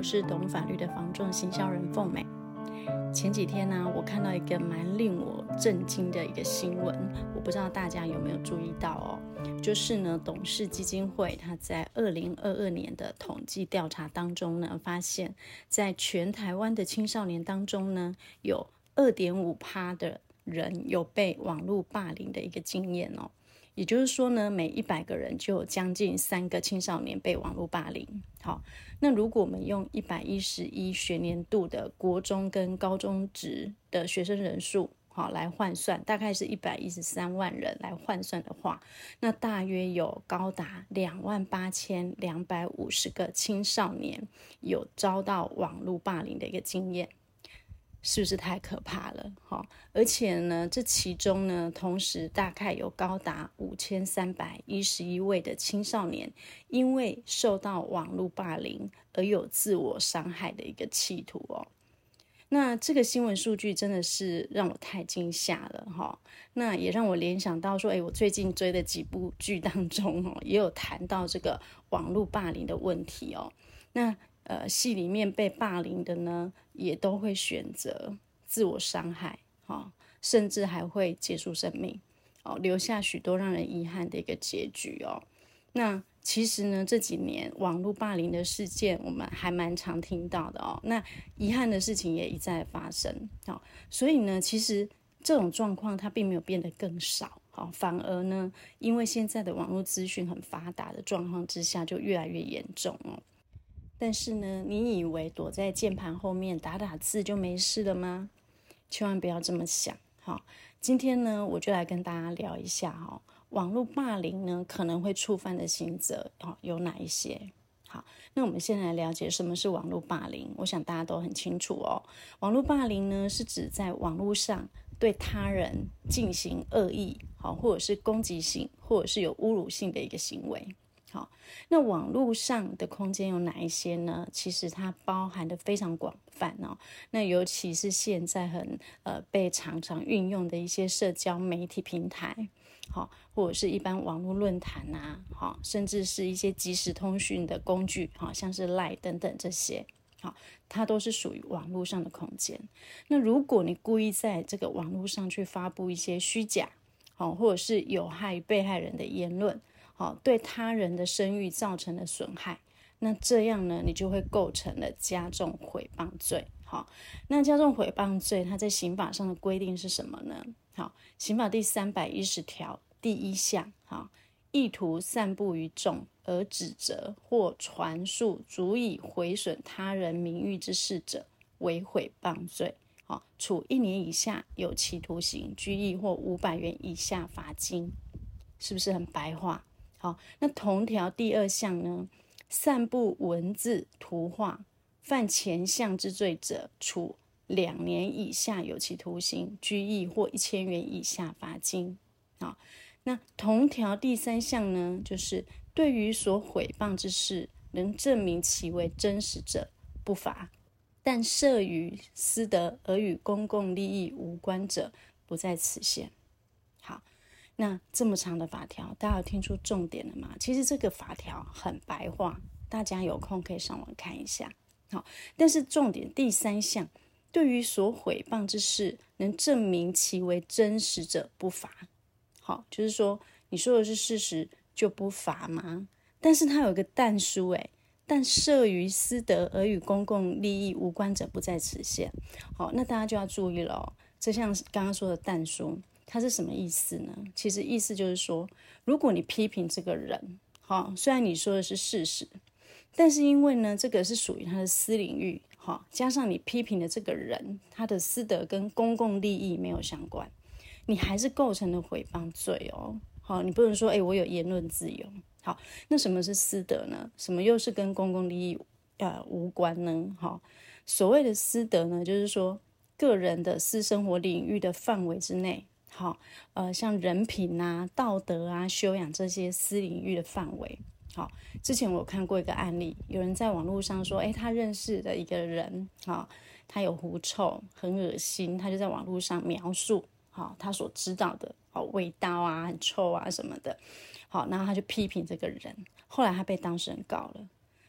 我是懂法律的房仲行销人凤美。前几天呢，我看到一个蛮令我震惊的一个新闻，我不知道大家有没有注意到哦，就是呢，董事基金会它在2022年的统计调查当中呢，发现在全台湾的青少年当中呢，有 2.5% 的人有被网络霸凌的一个经验哦。也就是说呢，每100个人就有将近3个青少年被网络霸凌。好，那如果我们用111学年度的国中跟高中职的学生人数好来换算，大概是113万人来换算的话，那大约有高达28,250个青少年有遭到网络霸凌的一个经验。是不是太可怕了？而且呢，这其中呢，同时大概有高达5311位的青少年，因为受到网络霸凌而有自我伤害的一个企图哦。那这个新闻数据真的是让我太惊吓了那也让我联想到说，我最近追的几部剧当中也有谈到这个网络霸凌的问题哦。那戏里面被霸凌的呢，也都会选择自我伤害甚至还会结束生命留下许多让人遗憾的一个结局哦。那其实呢，这几年网络霸凌的事件我们还蛮常听到的哦。那遗憾的事情也一再发生所以呢，其实这种状况它并没有变得更少反而呢，因为现在的网络资讯很发达的状况之下，就越来越严重哦。但是呢，你以为躲在键盘后面打打字就没事了吗？千万不要这么想。今天呢，我就来跟大家聊一下网络霸凌呢可能会触犯的刑责有哪一些。好，那我们先来了解什么是网络霸凌。我想大家都很清楚哦。网络霸凌呢，是指在网络上对他人进行恶意或者是攻击性，或者是有侮辱性的一个行为。好，那网络上的空间有哪一些呢？其实它包含的非常广泛哦。那尤其是现在很被常常运用的一些社交媒体平台，或者是一般网络论坛啊，甚至是一些即时通讯的工具，像是 LINE 等等这些，它都是属于网络上的空间。那如果你故意在这个网络上去发布一些虚假，或者是有害被害人的言论，对他人的声誉造成了损害，那这样呢，你就会构成了加重诽谤罪。那加重诽谤罪，它在刑法上的规定是什么呢？刑法第310条第1项，意图散布于众而指责或传述足以毁损他人名誉之事者，为诽谤罪。处1年以下有期徒刑、拘役或500元以下罚金。是不是很白话？好，那同条第2项呢，散布文字、图画，犯前项之罪者，处2年以下有期徒刑、拘役或1000元以下罚金。好，那同条第3项呢，就是对于所毁谤之事，能证明其为真实者，不罚；但涉于私德而与公共利益无关者，不在此限。好。那这么长的法条，大家有听出重点了吗？其实这个法条很白话，大家有空可以上网看一下。好，但是重点第3项，对于所毁谤之事，能证明其为真实者，不罚。好，就是说你说的是事实就不罚吗？但是它有一个但书但涉于私德而与公共利益无关者，不在此限。好，那大家就要注意了这像刚刚说的但书。它是什么意思呢？其实意思就是说，如果你批评这个人，虽然你说的是事实，但是因为呢，这个是属于他的私领域，加上你批评的这个人，他的私德跟公共利益没有相关，你还是构成了诽谤罪哦。你不能说，我有言论自由。好，那什么是私德呢？什么又是跟公共利益无关呢？所谓的私德呢，就是说个人的私生活领域的范围之内。像人品道德修养这些私领域的范围。之前我有看过一个案例，有人在网络上说，他认识的一个人，他有狐臭，很恶心，他就在网络上描述，他所知道的，味道很臭什么的，然后他就批评这个人，后来他被当事人告了，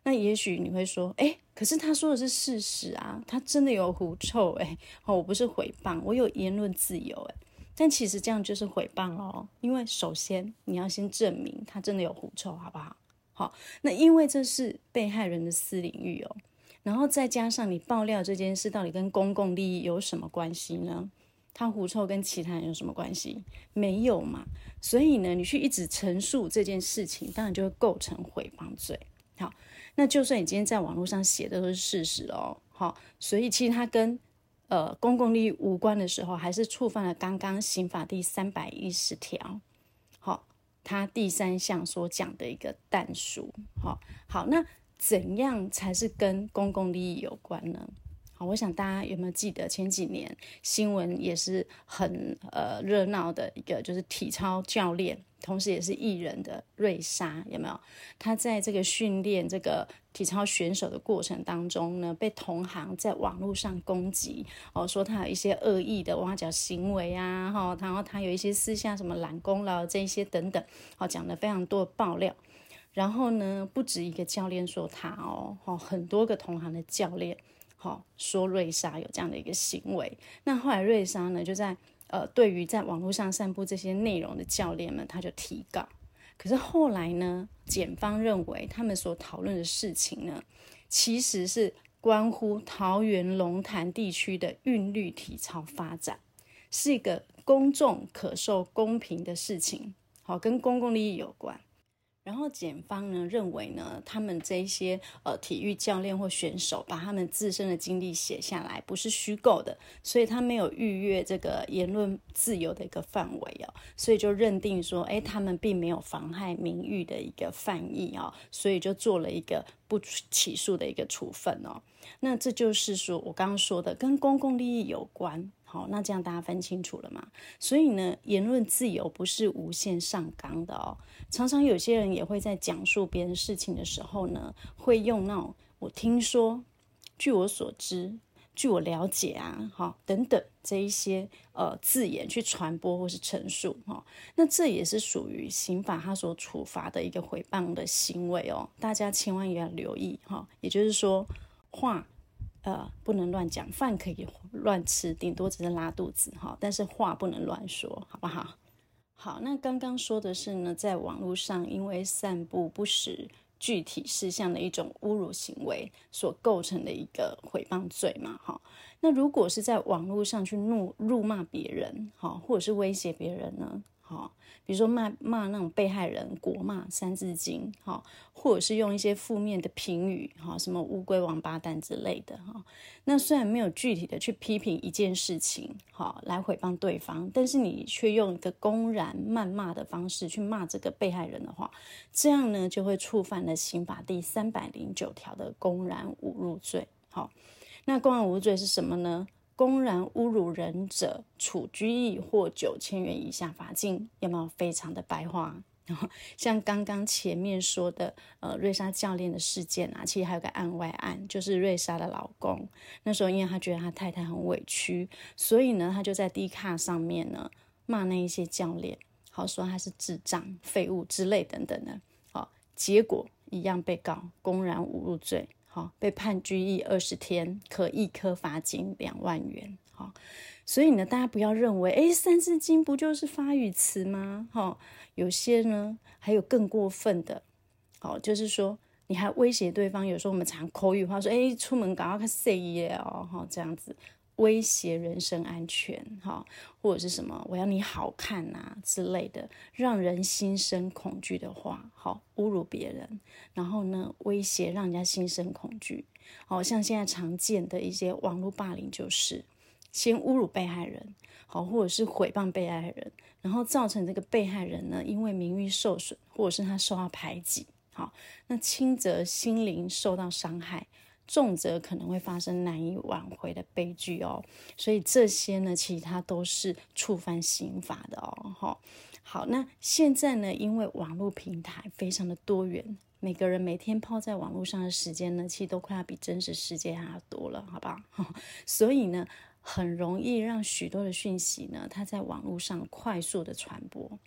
那也许你会说，可是他说的是事实啊，他真的有狐臭，我不是诽谤，我有言论自由，但其实这样就是诽谤咯，因为首先你要先证明他真的有狐臭，好不好？好，那因为这是被害人的私领域哦，然后再加上你爆料这件事到底跟公共利益有什么关系呢？他狐臭跟其他人有什么关系？没有嘛。所以呢，你去一直陈述这件事情，当然就会构成诽谤罪。好，那就算你今天在网络上写的都是事实哦，好，所以其实它跟公共利益无关的时候，还是触犯了刚刚刑法第310条，好，它第3项所讲的一个但书。好，那怎样才是跟公共利益有关呢？好，我想大家有没有记得前几年新闻也是很热闹的一个，就是体操教练，同时也是艺人的瑞莎，有没有？他在这个训练这个体操选手的过程当中呢，被同行在网络上攻击，说他有一些恶意的挖角行为啊，然后他有一些私下什么揽功劳这一些等等，讲了非常多的爆料。然后呢，不止一个教练说他很多个同行的教练说瑞莎有这样的一个行为。那后来瑞莎呢，就在对于在网络上散布这些内容的教练们，他就提告。可是后来呢，检方认为他们所讨论的事情呢，其实是关乎桃园龙潭地区的韵律体操发展，是一个公众可受公平的事情，跟公共利益有关。然后检方呢认为呢，他们这一些体育教练或选手把他们自身的经历写下来，不是虚构的，所以他没有逾越这个言论自由的一个范围哦，所以就认定说，他们并没有妨害名誉的一个犯意哦，所以就做了一个不起诉的一个处分哦。那这就是说我刚刚说的跟公共利益有关。好，那这样大家分清楚了吗？所以呢，言论自由不是无限上纲的哦。常常有些人也会在讲述别人事情的时候呢，会用那种我听说、据我所知、据我了解啊，等等这一些字眼去传播或是陈述那这也是属于刑法它所处罚的一个诽谤的行为哦，大家千万也要留意也就是说，话不能乱讲，饭可以乱吃，顶多只是拉肚子但是话不能乱说，好不好？好，那刚刚说的是呢，在网络上因为散布不实具体事项的一种侮辱行为所构成的一个诽谤罪嘛，那如果是在网络上去辱骂别人，或者是威胁别人呢？比如说骂那种被害人国骂三字经，或者是用一些负面的评语，什么乌龟王八蛋之类的，那虽然没有具体的去批评一件事情，来诽谤对方，但是你却用一个公然谩骂的方式去骂这个被害人的话，这样呢就会触犯了刑法第309条的公然侮辱罪。那公然侮辱罪是什么呢？公然侮辱人者，处拘役或9000元以下罚金，有没有非常的白话？像刚刚前面说的瑞莎教练的事件啊，其实还有个案外案，就是瑞莎的老公那时候因为他觉得他太太很委屈，所以呢他就在 Dcard 上面呢骂那一些教练，说他是智障废物之类等等的，结果一样被告公然侮辱罪，被判拘役20天，可一科罚金2万元。所以呢，大家不要认为三字经不就是发语词吗？有些呢还有更过分的，就是说你还威胁对方，有时候我们常口语化说出门赶快看谁耶这样子威胁人身安全或者是什么我要你好看之类的，让人心生恐惧的话侮辱别人，然后呢威胁让人家心生恐惧像现在常见的一些网络霸凌，就是先侮辱被害人或者是诽谤被害人，然后造成这个被害人呢因为名誉受损，或者是他受到排挤那轻则心灵受到伤害，重则可能会发生难以挽回的悲剧哦。所以这些呢其实它都是触犯刑法的哦。好，那现在呢因为网络平台非常的多元，每个人每天泡在网络上的时间呢其实都快要比真实世界还要多了，好不好？所以呢很容易让许多的讯息呢它在网络上快速的传播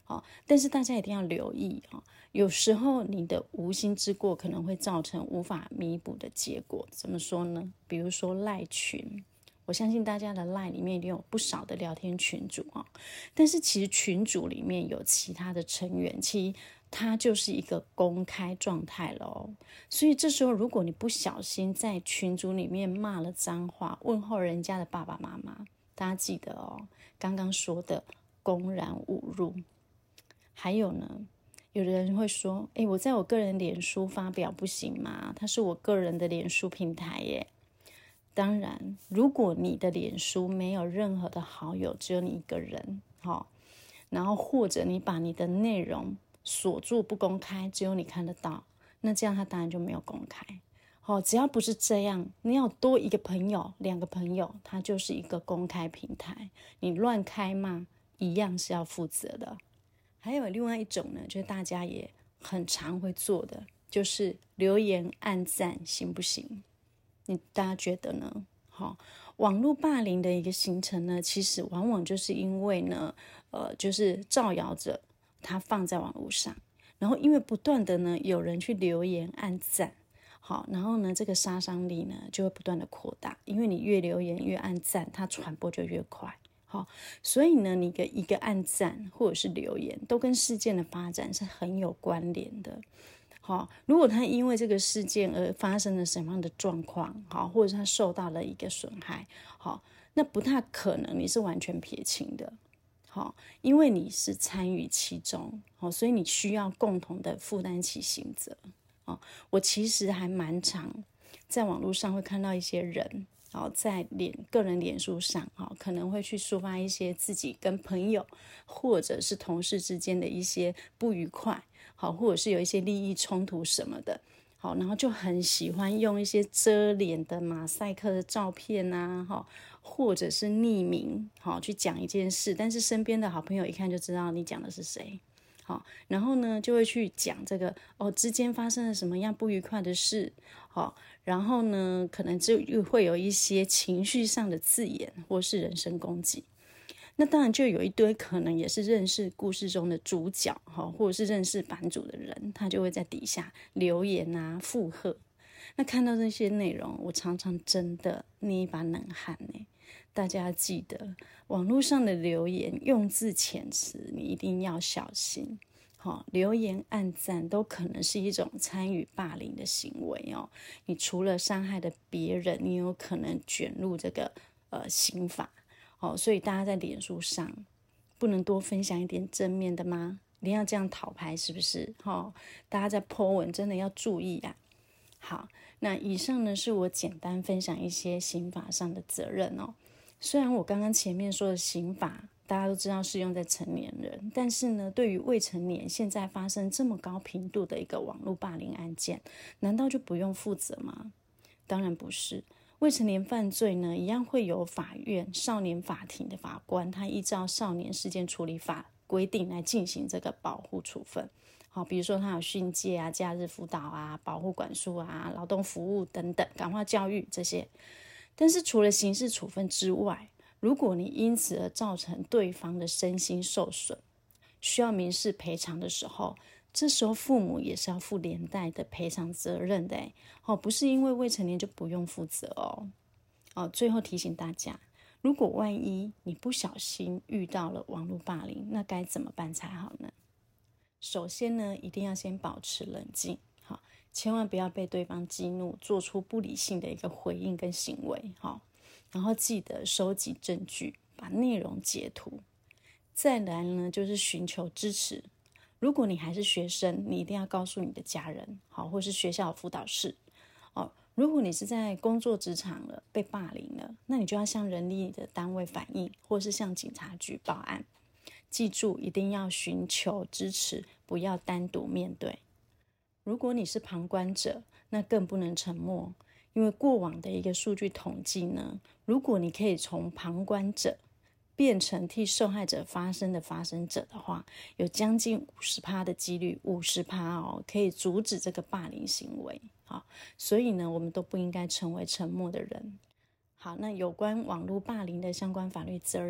但是大家一定要留意有时候你的无心之过可能会造成无法弥补的结果。怎么说呢？比如说赖群，我相信大家的赖里面一定有不少的聊天群组但是其实群组里面有其他的成员，其实它就是一个公开状态咯。所以这时候如果你不小心在群组里面骂了脏话，问候人家的爸爸妈妈，大家记得刚刚说的公然侮辱。还有呢，有的人会说我在我个人脸书发表不行吗？它是我个人的脸书平台耶。当然如果你的脸书没有任何的好友，只有你一个人然后或者你把你的内容锁住不公开，只有你看得到，那这样它当然就没有公开只要不是这样，你要多一个朋友2个朋友，它就是一个公开平台，你乱开骂一样是要负责的。还有另外一种呢，就是大家也很常会做的，就是留言按赞行不行？大家觉得呢？网络霸凌的一个形成呢，其实往往就是因为呢，就是造谣者他放在网络上，然后因为不断的呢有人去留言按赞，然后呢这个杀伤力呢就会不断的扩大，因为你越留言越按赞，它传播就越快。所以呢你一个按赞或者是留言都跟事件的发展是很有关联的。如果他因为这个事件而发生了什么样的状况，或者是他受到了一个损害，那不太可能你是完全撇清的，因为你是参与其中，所以你需要共同的负担起刑责。我其实还蛮常在网络上会看到一些人在个人脸书上可能会去抒发一些自己跟朋友或者是同事之间的一些不愉快，或者是有一些利益冲突什么的，然后就很喜欢用一些遮脸的马赛克的照片或者是匿名去讲一件事，但是身边的好朋友一看就知道你讲的是谁。然后呢就会去讲这个之间发生了什么样不愉快的事，然后呢可能就会有一些情绪上的字眼或是人身攻击。那当然就有一堆可能也是认识故事中的主角或者是认识版主的人，他就会在底下留言啊附和。那看到这些内容，我常常真的捏一把冷汗大家记得网络上的留言用字遣词你一定要小心。留言按赞都可能是一种参与霸凌的行为你除了伤害了别人，你有可能卷入这个刑法所以大家在脸书上不能多分享一点正面的吗？一定要这样讨牌是不是大家在 po 文真的要注意啊。好，那以上呢是我简单分享一些刑法上的责任虽然我刚刚前面说的刑法大家都知道适用在成年人，但是呢对于未成年现在发生这么高频度的一个网络霸凌案件，难道就不用负责吗？当然不是。未成年犯罪呢一样会有法院少年法庭的法官，他依照少年事件处理法规定来进行这个保护处分。比如说他有训诫啊、假日辅导啊、保护管束啊、劳动服务等等、感化教育这些。但是除了刑事处分之外，如果你因此而造成对方的身心受损，需要民事赔偿的时候，这时候父母也是要负连带的赔偿责任的不是因为未成年就不用负责最后提醒大家，如果万一你不小心遇到了网络霸凌，那该怎么办才好呢？首先呢，一定要先保持冷静千万不要被对方激怒，做出不理性的一个回应跟行为然后记得收集证据，把内容截图。再来呢，就是寻求支持。如果你还是学生，你一定要告诉你的家人或是学校辅导室如果你是在工作职场了被霸凌了，那你就要向人力的单位反映，或是向警察局报案。记住一定要寻求支持，不要单独面对。如果你是旁观者，那更不能沉默，因为过往的一个数据统计呢，如果你可以从旁观者变成替受害者发声的发声者的话，有将近 50% 的几率，50%可以阻止这个霸凌行为所以呢，我们都不应该成为沉默的人。好，那有关网络霸凌的相关法律责任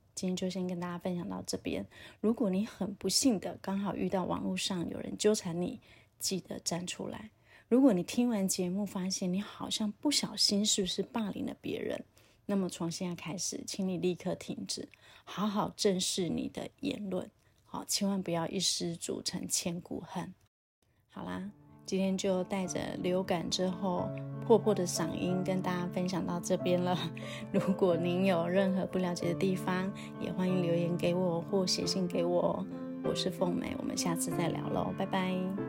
今天就先跟大家分享到这边。如果你很不幸的刚好遇到网络上有人纠缠你，记得站出来。如果你听完节目发现你好像不小心是不是霸凌了别人，那么从现在开始，请你立刻停止，好好正视你的言论，好，千万不要一失足成千古恨。好啦，今天就带着流感之后破破的嗓音跟大家分享到这边了。如果您有任何不了解的地方，也欢迎留言给我或写信给我。我是凤美，我们下次再聊咯，拜拜。